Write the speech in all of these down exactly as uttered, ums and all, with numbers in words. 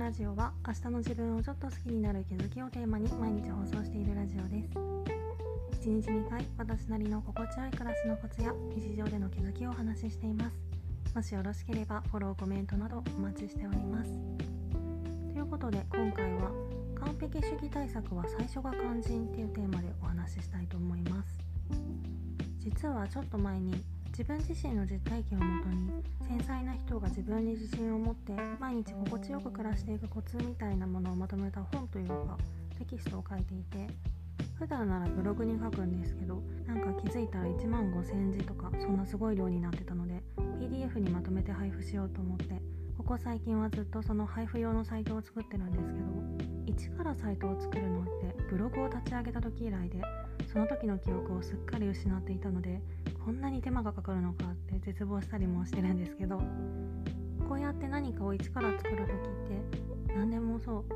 ラジオは明日の自分をちょっと好きになる気づきをテーマに毎日放送しているラジオです。いちにちにかい私なりの心地よい暮らしのコツや日常での気づきをお話ししています。もしよろしければフォロー、コメントなどお待ちしております。ということで今回は完璧主義対策は最初が肝心っていうテーマでお話ししたいと思います。実はちょっと前に自分自身の実体験をもとに繊細な人が自分に自信を持って毎日心地よく暮らしていくコツみたいなものをまとめた本というかテキストを書いていて、普段ならブログに書くんですけど、なんか気づいたらいちまんごせんじとかそんなすごい量になってたので ピーディーエフ にまとめて配布しようと思って、ここ最近はずっとその配布用のサイトを作ってるんですけど、一からサイトを作るのってブログを立ち上げた時以来で、その時の記憶をすっかり失っていたので、こんなに手間がかかるのかって絶望したりもしてるんですけど、こうやって何かを一から作る時って何でもそう、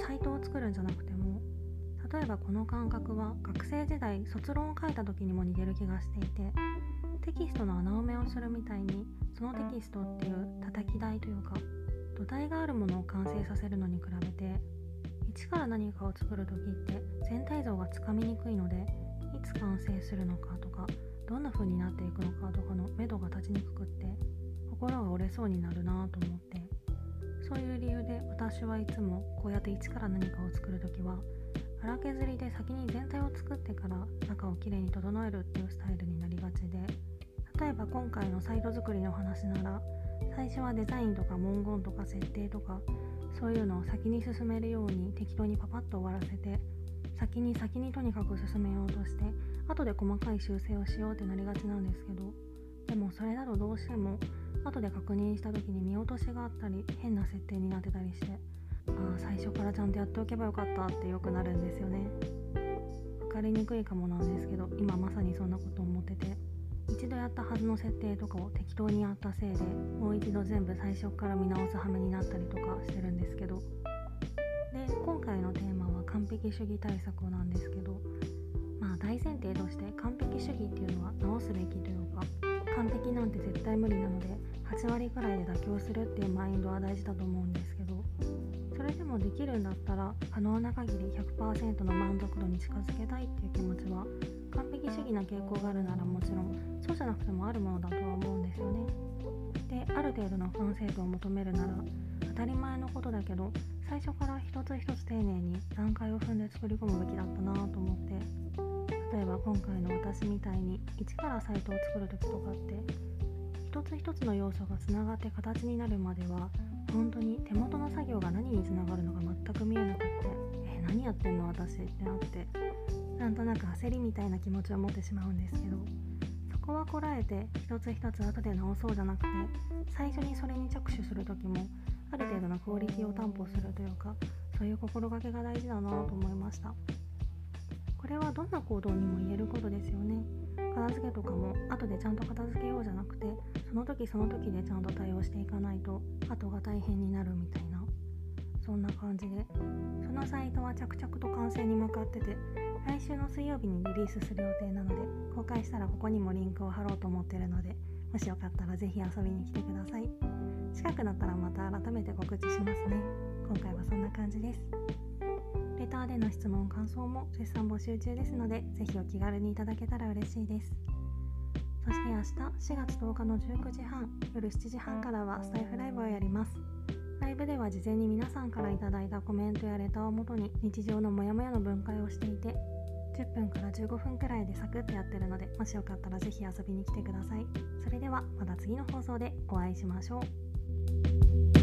サイトを作るんじゃなくても、例えばこの感覚は学生時代卒論を書いた時にも似てる気がしていて、テキストの穴埋めをするみたいにそのテキストっていう叩き台というか土台があるものを完成させるのに比べて、一から何かを作る時って全体像がつかみにくいので、いつ完成するのかとかどんな風になっていくのかとかの目処が立ちにくくって心が折れそうになるなと思って、そういう理由で私はいつもこうやって一から何かを作るときは荒削りで先に全体を作ってから中をきれいに整えるっていうスタイルになりがちで、例えば今回のサイト作りの話なら、最初はデザインとか文言とか設定とかそういうのを先に進めるように適当にパパッと終わらせて、先に先にとにかく進めようとして後で細かい修正をしようってなりがちなんですけど、でもそれだとどうしても後で確認した時に見落としがあったり変な設定になってたりして、ああ最初からちゃんとやっておけばよかったってよくなるんですよね。わかりにくいかもなんですけど、今まさにそんなことを思ってて、一度やったはずの設定とかを適当にやったせいでもう一度全部最初から見直す羽目になったりとかしてるんですけど、で今回のテーマは完璧主義対策なんですけど、まあ大前提として完璧主義っていうのは直すべきというか、完璧なんて絶対無理なのではちわりくらいで妥協するっていうマインドは大事だと思うんですけど、それでもできるんだったら可能な限り ひゃくパーセント の満足度に近づけたいっていう気持ちは完璧主義な傾向があるならもちろん、そうじゃなくてもあるものだとは思うんですよね。で、ある程度の完成度を求めるなら当たり前のことだけど、最初から一つ一つ丁寧に段階を踏んで作り込むべきだったなと思って、例えば今回の私みたいに一からサイトを作るときとかって、一つ一つの要素がつながって形になるまでは本当に手元の作業が何につながるのか全く見えなくって、え何やってんの私ってなって、なんとなく焦りみたいな気持ちを持ってしまうんですけど、そこはこらえて一つ一つ後で直そうじゃなくて、最初にそれに着手するときもある程度のクオリティを担保するというか、そういう心がけが大事だなと思いました。これはどんな行動にも言えることですよね。片付けとかも後でちゃんと片付けようじゃなくて、その時その時でちゃんと対応していかないと後が大変になるみたいな、そんな感じで、そのサイトは着々と完成に向かってて、来週の水曜日にリリースする予定なので、公開したらここにもリンクを貼ろうと思ってるので、もしよかったらぜひ遊びに来てください。近くなったらまた改めて告知しますね。今回はそんな感じです。レターでの質問感想も絶賛募集中ですので、ぜひお気軽にいただけたら嬉しいです。そして明日しがつとおかのじゅうくじはん夜しちじはんからはスタイフライブをやります。ライブでは事前に皆さんからいただいたコメントやレターをもとに日常のモヤモヤの分解をしていて、じゅっぷんからじゅうごふんくらいでサクッとやってるので、もしよかったらぜひ遊びに来てください。それではまた次の放送でお会いしましょう。